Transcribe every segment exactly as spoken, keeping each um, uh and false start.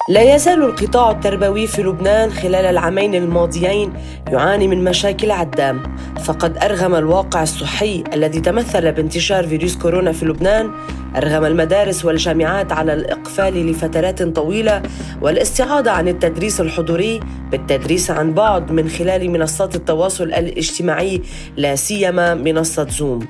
لا يزال القطاع التربوي في لبنان خلال العامين الماضيين يعاني من مشاكل عدة، فقد أرغم الواقع الصحي الذي تمثل بانتشار فيروس كورونا في لبنان أرغم المدارس والجامعات على الإقفال لفترات طويلة والاستعاضة عن التدريس الحضوري بالتدريس عن بعد من خلال منصات التواصل الاجتماعي، لا سيما منصة زوم.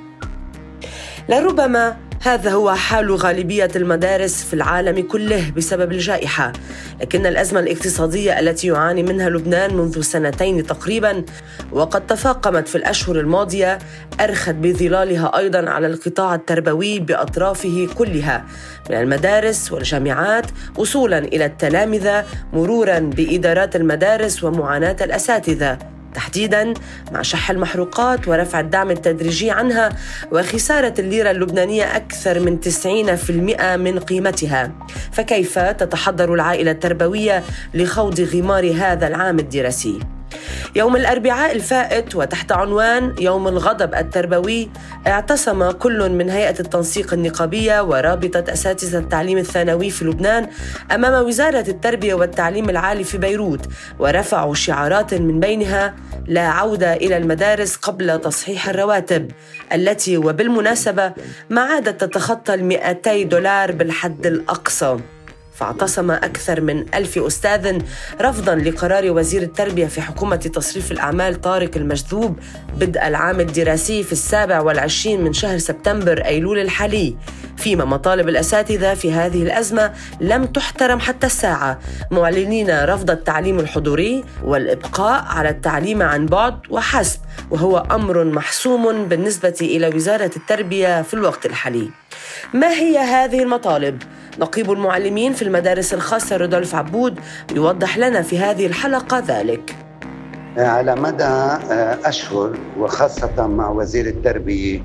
لربما هذا هو حال غالبية المدارس في العالم كله بسبب الجائحة، لكن الأزمة الاقتصادية التي يعاني منها لبنان منذ سنتين تقريباً وقد تفاقمت في الأشهر الماضية أرخت بظلالها أيضاً على القطاع التربوي بأطرافه كلها، من المدارس والجامعات وصولاً إلى التلامذة مروراً بإدارات المدارس ومعاناة الأساتذة، تحديداً مع شح المحروقات ورفع الدعم التدريجي عنها وخسارة الليرة اللبنانية أكثر من تسعين بالمئة من قيمتها. فكيف تتحضر العائلة التربوية لخوض غمار هذا العام الدراسي؟ يوم الأربعاء الفائت وتحت عنوان يوم الغضب التربوي اعتصم كل من هيئة التنسيق النقابية ورابطة أساتذة التعليم الثانوي في لبنان أمام وزارة التربية والتعليم العالي في بيروت، ورفعوا شعارات من بينها لا عودة إلى المدارس قبل تصحيح الرواتب، التي وبالمناسبة ما عادت تتخطى المئتي دولار بالحد الأقصى. فاعتصم أكثر من ألف أستاذ رفضاً لقرار وزير التربية في حكومة تصريف الأعمال طارق المجذوب بدء العام الدراسي في السابع والعشرين من شهر سبتمبر أيلول الحالي، فيما مطالب الأساتذة في هذه الأزمة لم تحترم حتى الساعة، معلنين رفض التعليم الحضوري والإبقاء على التعليم عن بعد وحسب، وهو أمر محسوم بالنسبة إلى وزارة التربية في الوقت الحالي. ما هي هذه المطالب؟ نقيب المعلمين في المدارس الخاصة رودولف عبود يوضح لنا في هذه الحلقة ذلك. على مدى أشهر وخاصة مع وزير التربية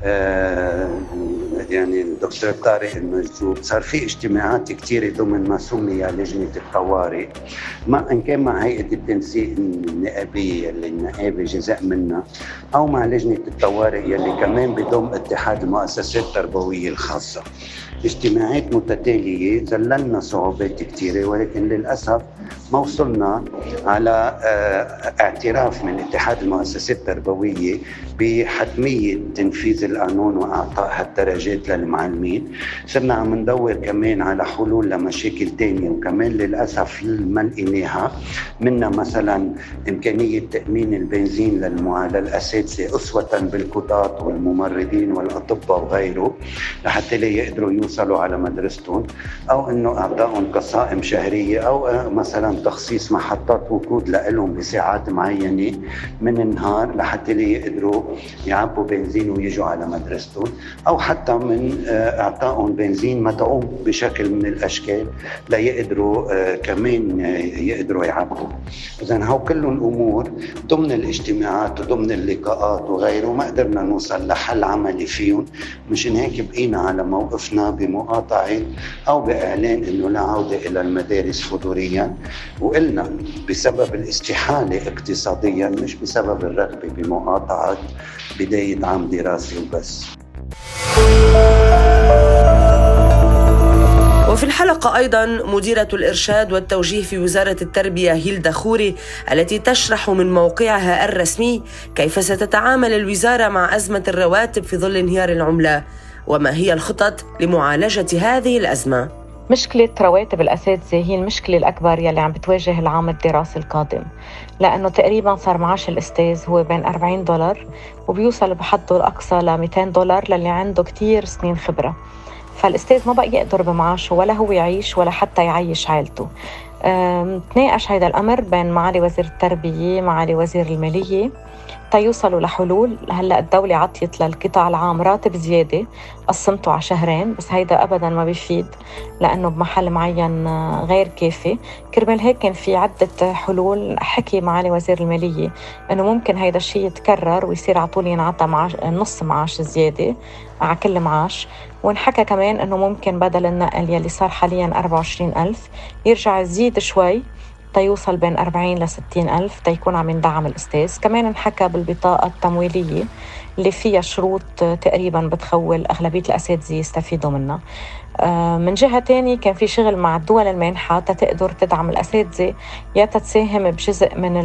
يعني الدكتور طارق المجذوب صار في اجتماعات كتيرة ضمن ما سمي لجنة الطوارئ، ما إن كان مع هيئة التنسيق النقابية اللي النقابة جزء منها أو مع لجنة الطوارئ يلي كمان بضم اتحاد المؤسسات التربوية الخاصة. اجتماعات متتالية زللنا صعوبات كتيرة، ولكن للأسف ما وصلنا على اعتراف من اتحاد المؤسسات التربوية بحتمية تنفيذ القانون وإعطاء الدرجات للمعلمين. صرنا عم ندور كمان على حلول لمشاكل تانية وكمان للأسف ما لقيناها، منها مثلا إمكانية تأمين البنزين للأساتذة أسوة بالقضاة والممرضين والأطباء وغيره لحتى لا يقدروا يوصلوا على مدرستهم، أو إنه أعطائهم قصائم شهرية، أو مثلا تخصيص محطات وقود لهم بساعات معينة من النهار لحتى لا يقدروا يعبوا بنزين ويجوا على مدرستهم، أو حتى من إعطائهم بنزين مدعوم بشكل من الأشكال لا يقدروا كمان يقدروا يعبوا. إذن هو كلهم أمور ضمن الاجتماعات وضمن اللقاءات وغيره ما قدرنا نوصل لحل عملي فيهم، مشان هيك بقينا على موقفنا بمقاطعة أو بإعلان إنه لا عودة إلى المدارس حضوريا، وقلنا بسبب الاستحالة اقتصاديا مش بسبب الرغبة بمقاطعة بداية عام دراسي وبس. وفي الحلقة أيضاً مديرة الإرشاد والتوجيه في وزارة التربية هيلدا خوري التي تشرح من موقعها الرسمي كيف ستتعامل الوزارة مع أزمة الرواتب في ظل انهيار العملة، وما هي الخطط لمعالجة هذه الأزمة. مشكلة رواتب الأساتذة هي المشكلة الأكبر يلي عم بتواجه العام الدراسي القادم، لأنه تقريباً صار معاش الأستاذ هو بين أربعين دولار وبيوصل بحده الأقصى ل مئتين دولار للي عنده كتير سنين خبرة. فالأستاذ ما بقى يقدر بمعاشه ولا هو يعيش ولا حتى يعيش عائلته. تناقش هذا الأمر بين معالي وزير التربية معالي وزير المالية تيوصلوا لحلول. هلأ الدولة عطيت للقطاع العام راتب زيادة قسمته على شهرين، بس هيدا أبداً ما بيفيد لأنه بمحل معين غير كافي. كرمال هيك كان في عدة حلول. حكي معالي وزير المالية أنه ممكن هيدا الشيء يتكرر ويصير عطول ينعطى معاش نص معاش زيادة على كل معاش، ونحكى كمان أنه ممكن بدل النقل يلي صار حالياً أربعة وعشرين ألف يرجع يزيد شوي تيوصل بين أربعين لستين ألف تيكون عم يندعم الأستاذ. كمان انحكى بالبطاقة التمويلية اللي فيها شروط تقريبا بتخول أغلبية الأساتذة يستفيدوا منها. من جهة تانية كان في شغل مع الدول المانحة تتقدر تدعم الأساتذة يا تتساهم بجزء من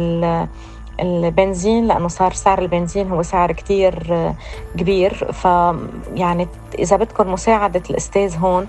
البنزين، لأنه صار سعر البنزين هو سعر كتير كبير. فيعني إذا بدكم مساعدة الأستاذ هون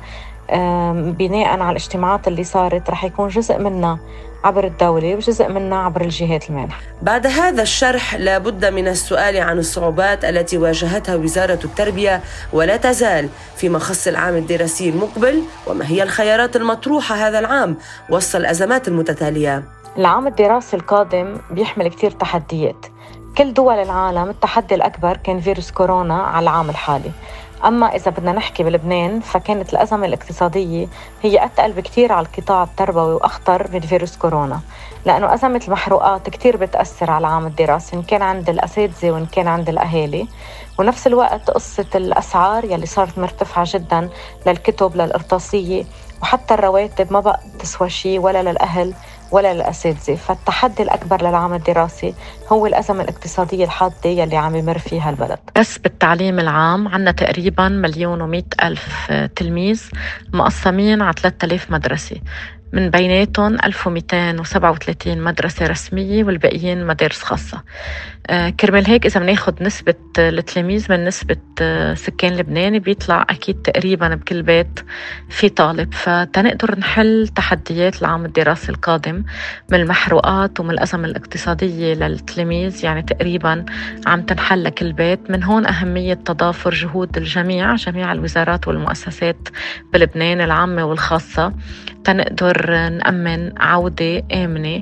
بناء على الاجتماعات اللي صارت رح يكون جزء منها عبر الدولة وجزء منها عبر الجهات المانحة. بعد هذا الشرح لابد من السؤال عن الصعوبات التي واجهتها وزارة التربية ولا تزال فيما خص العام الدراسي المقبل، وما هي الخيارات المطروحة هذا العام وسط الأزمات المتتالية. العام الدراسي القادم بيحمل كتير تحديات. كل دول العالم التحدي الأكبر كان فيروس كورونا على العام الحالي. أما إذا بدنا نحكي بلبنان فكانت الأزمة الاقتصادية هي أتقل بكتير على القطاع التربوي وأخطر من فيروس كورونا، لأنه أزمة المحروقات كتير بتأثر على العام الدراسي إن كان عند الأساتذة وإن كان عند الأهالي. ونفس الوقت قصة الأسعار يلي صارت مرتفعة جدا للكتب للإرطاسية، وحتى الرواتب ما بقى تسوى شيء ولا للأهل ولا للأساتذة. فالتحدي الأكبر للعام الدراسي هو الأزمة الاقتصادية الحادة يلي عم يمر فيها البلد. بس بالتعليم العام عنا تقريبا مليون ومئة ألف تلميذ مقسمين على ثلاثة آلاف مدرسة، من بيناتهم ألف ومئتين وسبعة وثلاثين مدرسة رسمية والباقيين مدارس خاصة. آه كرمال هيك إذا بناخد نسبة التلاميذ من نسبة آه سكان لبنان بيطلع أكيد تقريبا بكل بيت في طالب. فتنقدر نحل تحديات العام الدراسي القادم من المحروقات ومن الأزمة الاقتصادية للتلاميذ، يعني تقريبا عم تنحل لكل بيت. من هون أهمية تضافر جهود الجميع، جميع الوزارات والمؤسسات بلبنان العامة والخاصة، تنقدر نأمن عودة آمنة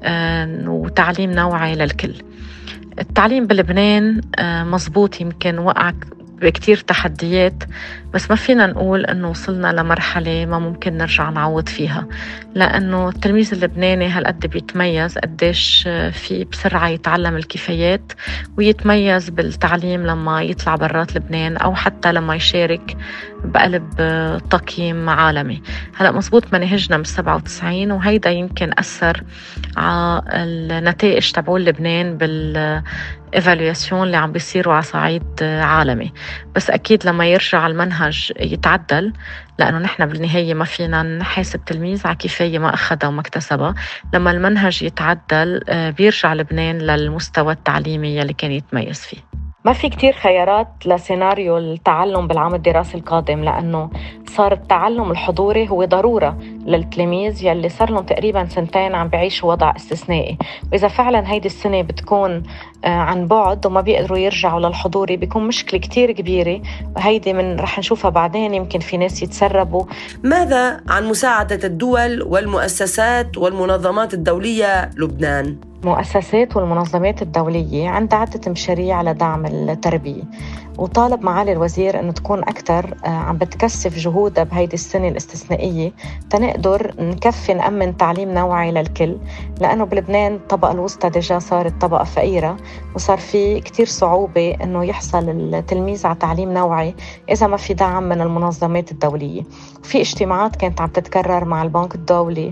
وتعليم نوعي للكل. التعليم بلبنان مزبوط يمكن وقع بكتير تحديات، بس ما فينا نقول أنه وصلنا لمرحلة ما ممكن نرجع نعوض فيها، لأنه التلميذ اللبناني هالقد بيتميز قديش في بسرعة يتعلم الكفايات ويتميز بالتعليم لما يطلع برات لبنان أو حتى لما يشارك بقلب تقييم عالمي. هلأ مزبوط مناهجنا من سبعة وتسعين، وهيدا يمكن أثر على النتائج تبعول لبنان بال إيفالواسيون اللي عم بيصيروا على صعيد عالمي. بس أكيد لما يرجع المنهج يتعدل، لأنه نحن بالنهاية ما فينا نحاسب تلميذ على كفاية ما أخذها وما اكتسبها، لما المنهج يتعدل بيرجع لبنان للمستوى التعليمي اللي كان يتميز فيه. ما في كتير خيارات لسيناريو التعلم بالعام الدراسي القادم، لأنه صار التعلم الحضوري هو ضرورة للتلاميذ يلي صار لهم تقريبا سنتين عم بعيشوا وضع استثنائي. وإذا فعلا هيدي السنة بتكون عن بعد وما بيقدروا يرجعوا للحضوري بيكون مشكلة كتير كبيرة، وهيدي من رح نشوفها بعدين. يمكن في ناس يتسربوا. ماذا عن مساعدة الدول والمؤسسات والمنظمات الدولية لبنان؟ مؤسسات والمنظمات الدولية عندها عدة مشاريع لدعم التربية، وطالب معالي الوزير أنه تكون أكثر عم بتكثف جهودها بهيدي السنة الاستثنائية تنقدر نكفي نأمن تعليم نوعي للكل، لأنه بلبنان الطبقة الوسطى ديجا صارت طبقة فقيرة، وصار في كتير صعوبة أنه يحصل التلميذ على تعليم نوعي إذا ما في دعم من المنظمات الدولية. في اجتماعات كانت عم تتكرر مع البنك الدولي،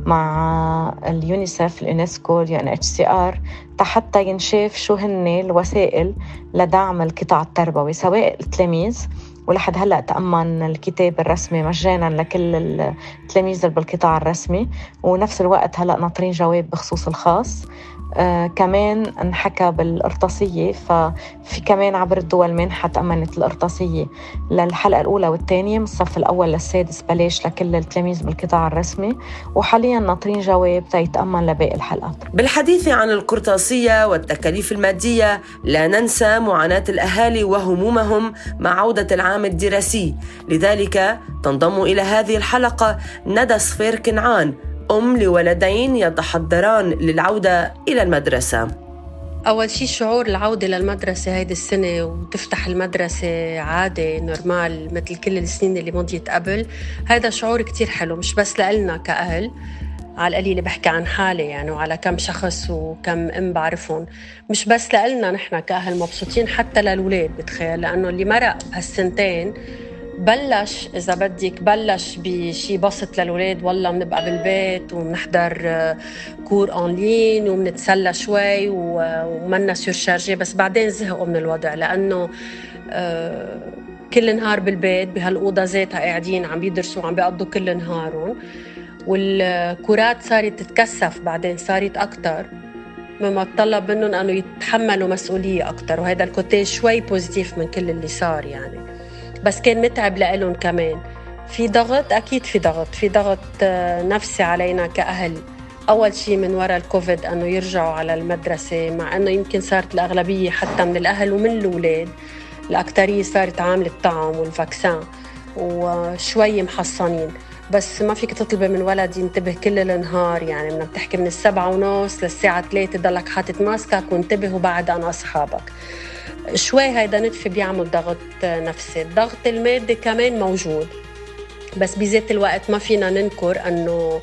مع اليونيسف، اليونسكو، اليو ان اتش سي ار، حتى ينشاف شو هن الوسائل لدعم القطاع التربوي سواء التلاميذ، ولحد هلأ تأمن الكتاب الرسمي مجانا لكل التلاميذ بالقطاع الرسمي، ونفس الوقت هلأ ناطرين جواب بخصوص الخاص. آه كمان انحكى بالإرطاسية، ففي كمان عبر الدول منحة تأمنت الإرطاسية للحلقة الأولى والثانية من الصف الأول للسادس بلاش لكل التلاميذ بالقطاع الرسمي، وحاليا ناطرين جواب تيتأمن لباقي الحلقات. بالحديث عن القرطاسية والتكاليف المادية لا ننسى معاناة الأهالي وهمومهم مع عودة العام الدراسي، لذلك تنضم إلى هذه الحلقة ندى صفير كنعان، أم لولدين يتحضران للعودة إلى المدرسة. أول شيء شعور العودة للمدرسة هيدي السنة وتفتح المدرسة عادي نورمال مثل كل السنين اللي مضيت قبل، هذا شعور كتير حلو، مش بس لإلنا كأهل، على القليل بحكي عن حالي يعني وعلى كم شخص وكم أم بعرفهم، مش بس لإلنا نحن كأهل مبسوطين، حتى للولاد بتخيل، لأنه اللي مرق هالسنتين بلش إذا بدك بلش بشي بسط للولاد، والله بنبقى بالبيت وبنحضر كور أونلاين وبنتسلى شوي ومنا سيرشارجي، بس بعدين زهقوا من الوضع لأنه كل نهار بالبيت بهالأوضة ذاتها قاعدين عم بيدرسوا عم بيقضوا كل نهارهم، والكورات صارت تتكثف بعدين صارت أكتر مما تطلب منهم أنه يتحملوا مسؤولية أكتر، وهذا الكوتي شوي بوزيتيف من كل اللي صار يعني. بس كان متعب لإلهم كمان، في ضغط أكيد، في ضغط في ضغط نفسي علينا كأهل. أول شيء من وراء الكوفيد أنه يرجعوا على المدرسة، مع أنه يمكن صارت الأغلبية حتى من الأهل ومن الأولاد، الأكترية صارت عاملة الطعم والفاكسان وشوي محصنين، بس ما فيك تطلبي من ولد ينتبه كل النهار، يعني بدنا بتحكي من السبعة ونص للساعة ثلاثة ضلك حاطط ماسكك وانتبه وبعد أنا أصحابك. شوي هيدا نتفي بيعمل ضغط نفسي. الضغط المادي كمان موجود، بس بذات الوقت ما فينا ننكر أنه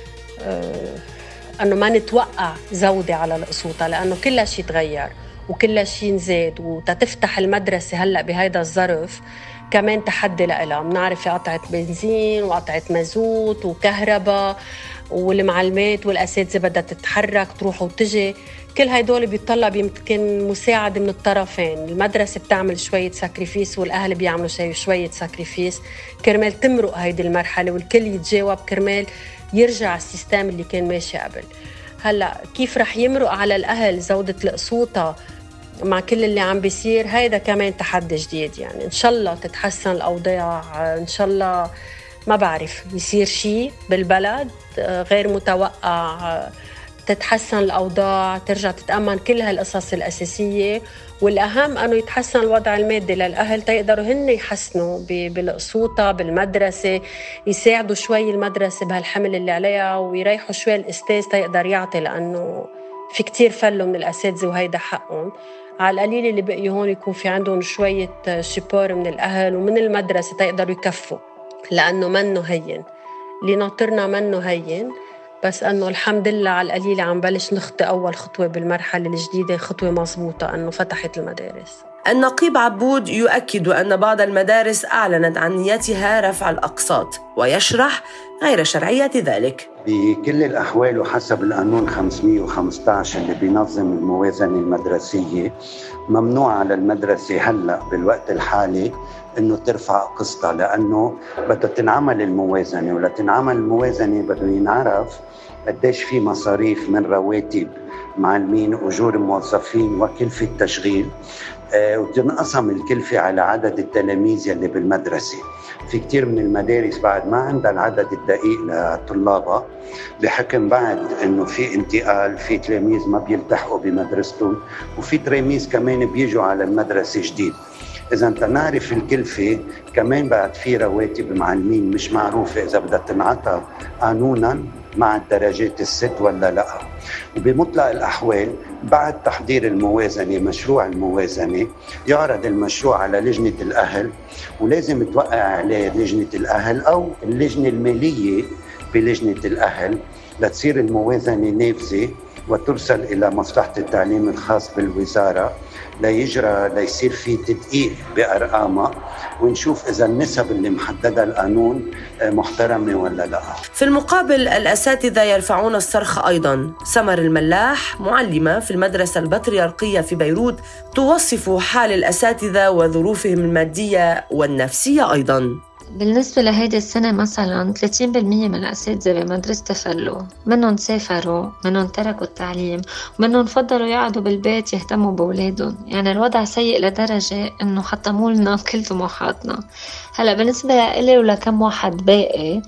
آه أنه ما نتوقع زودة على القسوطة، لأنه كل شيء تغير وكل شيء نزاد، وتتفتح المدرسة هلأ بهيدا الظرف كمان تحدي لها. بنعرف قطعة بنزين وقطعة مازوت وكهرباء، والمعلمات والأساتذة بدها تتحرك تروح وتجي، كل هيدول بيطلب يمكن مساعدة من الطرفين. المدرسة بتعمل شوية ساكريفيس والأهل بيعملوا شوية ساكريفيس كرمال تمرق هيدي المرحلة، والكل يتجاوب كرمال يرجع السيستم اللي كان ماشي قبل. هلأ كيف رح يمرق على الأهل زودة القسوطة مع كل اللي عم بيصير؟ هيدا كمان تحدي جديد يعني. إن شاء الله تتحسن الأوضاع، إن شاء الله ما بعرف يصير شيء بالبلد غير متوقع، تتحسن الأوضاع، ترجع تتأمن كل هالقصص الأساسية، والأهم أنه يتحسن الوضع المادي للأهل تيقدروا هن يحسنوا بالقسوطة بالمدرسة، يساعدوا شوي المدرسة بهالحمل اللي عليها، ويريحوا شوي الأستاذ تيقدر يعطي، لأنه في كتير فلوا من الأساتذة وهيدا حقهم. على القليل اللي بقي هون يكون في عندهم شوية شبور من الأهل ومن المدرسة تيقدروا يكفوا، لأنه منه هين اللي ناطرنا، منه هين، بس أنه الحمد لله على القليل عم بلش نخطي أول خطوة بالمرحلة الجديدة، خطوة مظبوطة أنه فتحت المدارس. النقيب عبود يؤكد أن بعض المدارس أعلنت عن نيتها رفع الأقساط، ويشرح غير شرعية ذلك. بكل الأحوال وحسب القانون خمسمية وخمسة عشر اللي بينظم الموازنة المدرسية، ممنوع على المدرسة هلأ بالوقت الحالي إنه ترفع قسطها، لأنه بدها تنعمل الموازنة، ولا تنعمل الموازنة بده ينعرف قديش في مصاريف من رواتب معلمين، أجور موظفين، وكلفة تشغيل، آه وتنقسم الكلفة على عدد التلاميذ يلي بالمدرسة. في كتير من المدارس بعد ما عندها العدد الدقيق لطلابها، بحكم بعد انه في انتقال، في تلاميذ ما بيلتحقوا بمدرستهم، وفي تلاميذ كمان بيجوا على المدرسة جديد. إذا أنت نعرف الكلفة، كمان بعد في رواتب معلمين مش معروفة إذا بدها تنعطى قانوناً مع الدرجات الست ولا لا. وبمطلق الأحوال بعد تحضير الموازنة، مشروع الموازنة يعرض المشروع على لجنة الأهل، ولازم توقع عليه لجنة الأهل أو اللجنة المالية بلجنة الأهل لتصير الموازنة نافذة وترسل إلى مصلحة التعليم الخاص بالوزارة ليجرى ليصير في تدقيق بأرقامها، ونشوف إذا النسب اللي محددها القانون محترمة ولا لا. في المقابل الأساتذة يرفعون الصرخ أيضاً. سمر الملاح معلمة في المدرسة البطريركية في بيروت توصف حال الأساتذة وظروفهم المادية والنفسية أيضاً. بالنسبة لهيدي السنة مثلاً ثلاثين بالمية من الأساتذة بمدرسة فلوا، منهم سافروا، منهم تركوا التعليم، ومنهم فضلوا يقعدوا بالبيت يهتموا بأولادهم. يعني الوضع سيء لدرجة إنه حطموا لنا كل طموحاتنا. هلأ بالنسبة لإلي ولكم واحد باقي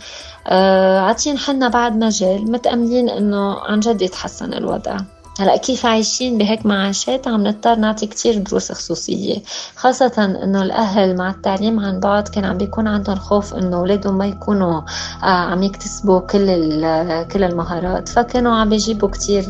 آه عاطين حنا بعد مجال، متأملين إنه عن جد يتحسن الوضع. هلأ كيف عايشين بهيك معاشات عم نضطر نعطي كتير دروس خصوصية، خاصة إنه الأهل مع التعليم عن بعد كان عم بيكون عندهم خوف إنه أولادهم ما يكونوا عم يكتسبوا كل كل المهارات، فكانوا عم بيجيبوا كتير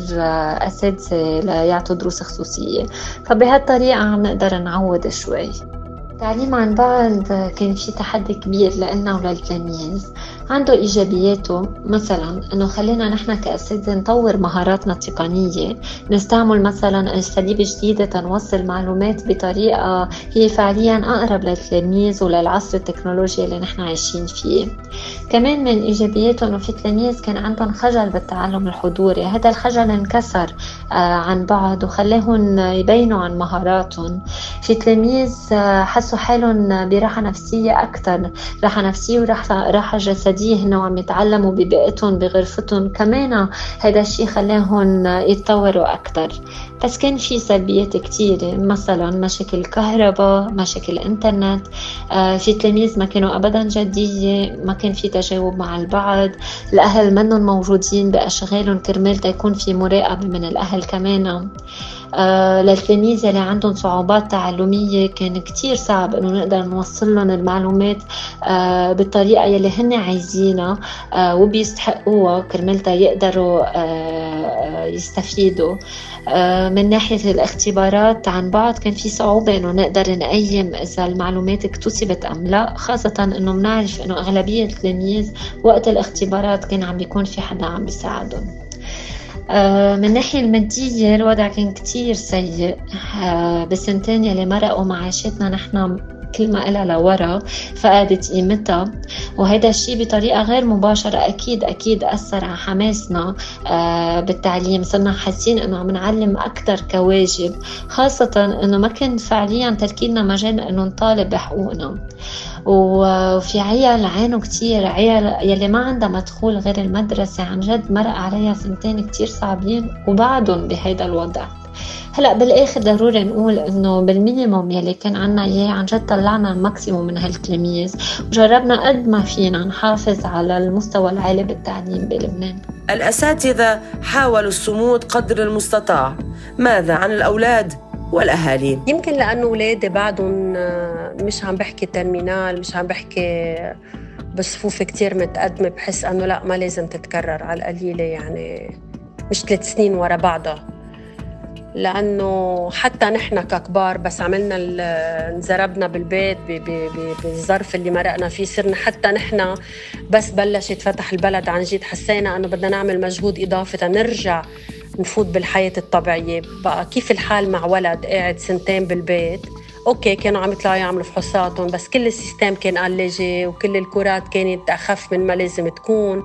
أساتذة ليعطوا دروس خصوصية. فبهالطريقة عم نقدر نعوض شوي. التعليم عن بعد كان في تحدي كبير لنا وللتلاميذ، عنده إيجابياته، مثلا إنه خلينا نحن كأساتذة نطور مهاراتنا التقنية، نستعمل مثلا أساليب جديدة تنوصل معلومات بطريقة هي فعليا أقرب للتلاميذ وللعصر التكنولوجي اللي نحن عايشين فيه. كمان من إيجابياته إنه في تلاميذ كان عندهم خجل بالتعلم الحضوري، هذا الخجل انكسر عن بعض وخلاهم يبينوا عن مهاراتهم. في تلاميذ حسوا حالهم براحة نفسية أكتر، راحة نفسية وراحة راحة جسدية، هنو عم يتعلموا ببيئتهم بغرفتهم، كمان هذا الشيء خلاهم يتطوروا أكتر. بس كان في سلبيات كتيرة، مثلا مشاكل كهرباء، مشاكل انترنت، آه في تلاميذ ما كانوا أبدا جدية، ما كان في تجاوب مع البعض، الأهل منهم موجودين بأشغالهم كرمال تيكون في مراقبة من الأهل كمان. آه للتلاميذ اللي عندهم صعوبات تعلمية كان كتير صعب إنه نقدر نوصل لهم المعلومات آه بالطريقة يلي هن عايزينها آه وبيستحقوها كرمال يقدروا آه يستفيدوا. آه من ناحية الاختبارات عن بعض كان في صعوبة إنه نقدر نقيم إذا المعلومات اكتسبت أم لا، خاصة إنه منعرف إنه أغلبية التلاميذ وقت الاختبارات كان عم بيكون في حدا عم بيساعدهم. من الناحية المادية الوضع كان كتير سيء. بالسنتين يلي مرقوا معاشاتنا نحن كل ما إلها لورا فقدت قيمتها، وهذا الشيء بطريقة غير مباشرة أكيد أكيد أثر على حماسنا بالتعليم. صرنا حاسين إنه عم نعلم أكتر كواجب، خاصة إنه ما كان فعليا تركينا مجال إنه نطالب بحقوقنا. وفي عيال عانوا كتير، عيال يلي ما عندها مدخول غير المدرسة، عن جد مرق عليها سنتين كتير صعبين وبعدهم بهذا الوضع. هلأ بالآخر ضروري نقول إنه بالمينيموم يلي كان عنا إياه عن جد طلعنا الماكسيموم من هالتلاميذ، وجربنا قد ما فينا نحافظ على المستوى العالي بالتعليم بلبنان. الأساتذة حاولوا الصمود قدر المستطاع. ماذا عن الأولاد والأهالي؟ يمكن لأنه أولادي بعدهم مش عم بحكي ترمينال، مش عم بحكي بصفوف كتير متقدمة، بحس أنه لا ما لازم تتكرر على القليلة، يعني مش ثلاث سنين ورا بعضها. لأنه حتى نحن ككبار بس عملنا انزربنا بالبيت بالظرف اللي مرقنا فيه، صرنا حتى نحن بس بلشت فتح البلد عن جد حسينا أنه بدنا نعمل مجهود إضافي نرجع نفوت بالحياة الطبيعية. بقى كيف الحال مع ولد قاعد سنتين بالبيت؟ أوكي كانوا عم يطلعوا يعملوا فحوصاتهم بس كل السيستم كان قلجي وكل الكرات كانت أخف من ما لازم تكون.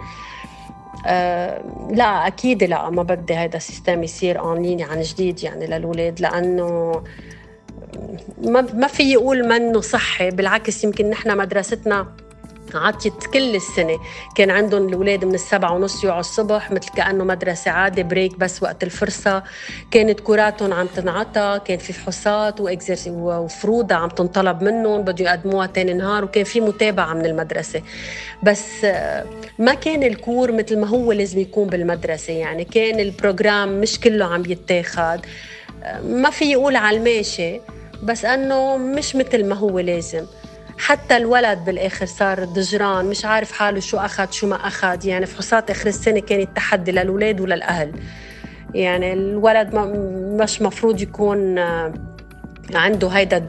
أه لا أكيد لا، ما بدي هذا السيستم يصير أونلاين عن جديد يعني للولاد، لأنه ما ما في يقول منه صحي. بالعكس يمكن نحن مدرستنا عطيت كل السنة، كان عندهم الأولاد من السبعة ونص يوعوا الصبح مثل كأنه مدرسة عادة، بريك بس وقت الفرصة، كانت كراتهم عم تنعطى، كان في فحوصات وفروضة عم تنطلب منهم بدو يقدموها تاني نهار، وكان في متابعة من المدرسة. بس ما كان الكور مثل ما هو لازم يكون بالمدرسة، يعني كان البروجرام مش كله عم يتاخد، ما في يقول على الماشي بس أنه مش مثل ما هو لازم. حتى الولد بالآخر صار ضجران، مش عارف حاله شو أخذ شو ما أخذ. يعني فحوصات آخر السنة كانت تحدي للولاد وللأهل، يعني الولد مش مفروض يكون عنده هيدا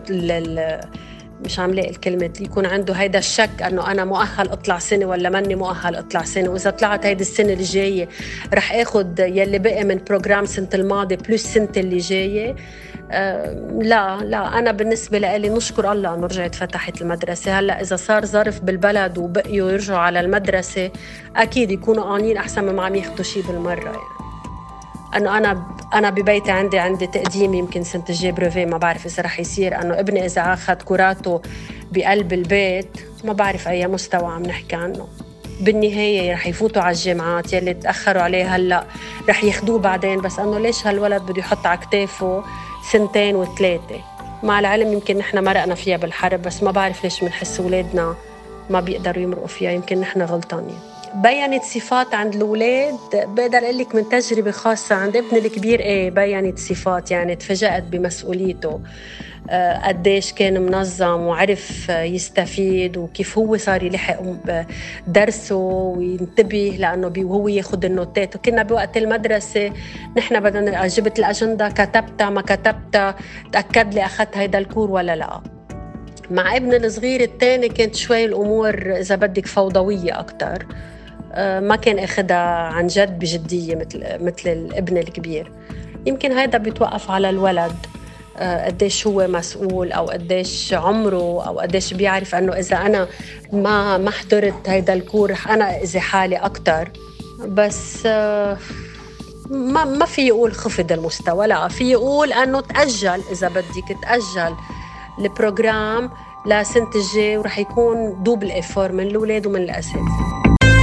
مش عم لاقي الكلمة، يكون عنده هيدا الشك أنه أنا مؤهل أطلع سنة ولا مني مؤهل أطلع سنة، وإذا طلعت هيدا السنة اللي جاية رح أخذ يلي بقى من بروجرام سنة الماضي بلس سنة اللي جاية. أه لا لا أنا بالنسبة لي نشكر الله أنه رجعت فتحت المدرسة. هلأ إذا صار ظرف بالبلد وبقيوا يرجعوا على المدرسة أكيد يكونوا قانين أحسن مما عم ياخدوا شيء بالمرة. يعني أنه أنا أنا ببيتي عندي عندي تقديم يمكن سنة الجاي بروفي، ما بعرف إذا رح يصير، أنه ابني إذا أخذ كراته بقلب البيت ما بعرف أي مستوى عم نحكي عنه. بالنهاية رح يفوتوا على الجامعات يلي تأخروا عليه هلأ رح ياخدوه بعدين، بس أنه ليش هالولد بده يحط على كتافه سنتين وثلاثة؟ مع العلم يمكن نحن مرقنا فيها بالحرب، بس ما بعرف ليش منحس ولادنا ما بيقدروا يمرقوا فيها، يمكن نحن غلطانين. بيّنت صفات عند الأولاد، بقدر أقول لك من تجربة خاصة عند ابني الكبير ايه بيّنت صفات، يعني تفاجأت بمسؤوليته قديش كان منظم وعرف يستفيد، وكيف هو صار يلحق درسه وينتبه لأنه وهو ياخد النوتات. وكنا بوقت المدرسة نحن بدنا جبت الأجندة كتبتها ما كتبتها تأكد لي أخذت هيدا الكور ولا لا. مع ابن الصغير الثاني كانت شوي الأمور إذا بدك فوضوية أكتر، ما كان أخدها عن جد بجدية مثل مثل الابن الكبير. يمكن هذا بيتوقف على الولد قديش هو مسؤول أو قديش عمره أو قديش بيعرف أنه إذا أنا ما ما حضرت هيدا الكور رح أنا أذي حالي أكتر. بس ما ما في يقول خفض المستوى، لا في يقول أنه تأجل، إذا بدك تأجل البروجرام لسنة الجاي ورح يكون دوبل إفور من الأولاد ومن الأساتذة.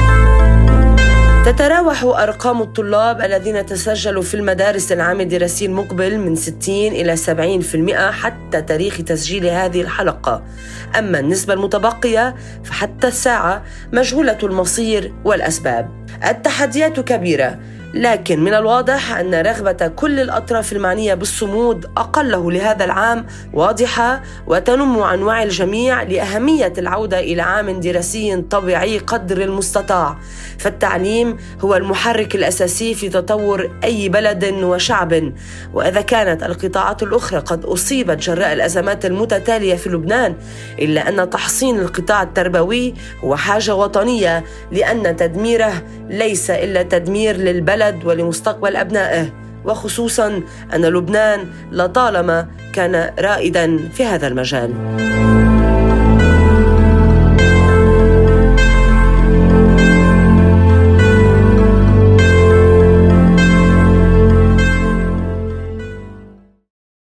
تتراوح أرقام الطلاب الذين تسجلوا في المدارس العام الدراسي المقبل من ستين إلى سبعين بالمئة حتى تاريخ تسجيل هذه الحلقة. أما النسبة المتبقية فحتى الساعة مجهولة المصير والأسباب. التحديات كبيرة، لكن من الواضح أن رغبة كل الأطراف المعنية بالصمود أقله لهذا العام واضحة وتنم عن وعي الجميع لأهمية العودة إلى عام دراسي طبيعي قدر المستطاع، فالتعليم هو المحرك الأساسي في تطور أي بلد وشعب. وإذا كانت القطاعات الأخرى قد أصيبت جراء الأزمات المتتالية في لبنان، إلا أن تحصين القطاع التربوي هو حاجة وطنية، لأن تدميره ليس إلا تدمير للبلد ولمستقبل أبنائه، وخصوصاً أن لبنان لطالما كان رائداً في هذا المجال.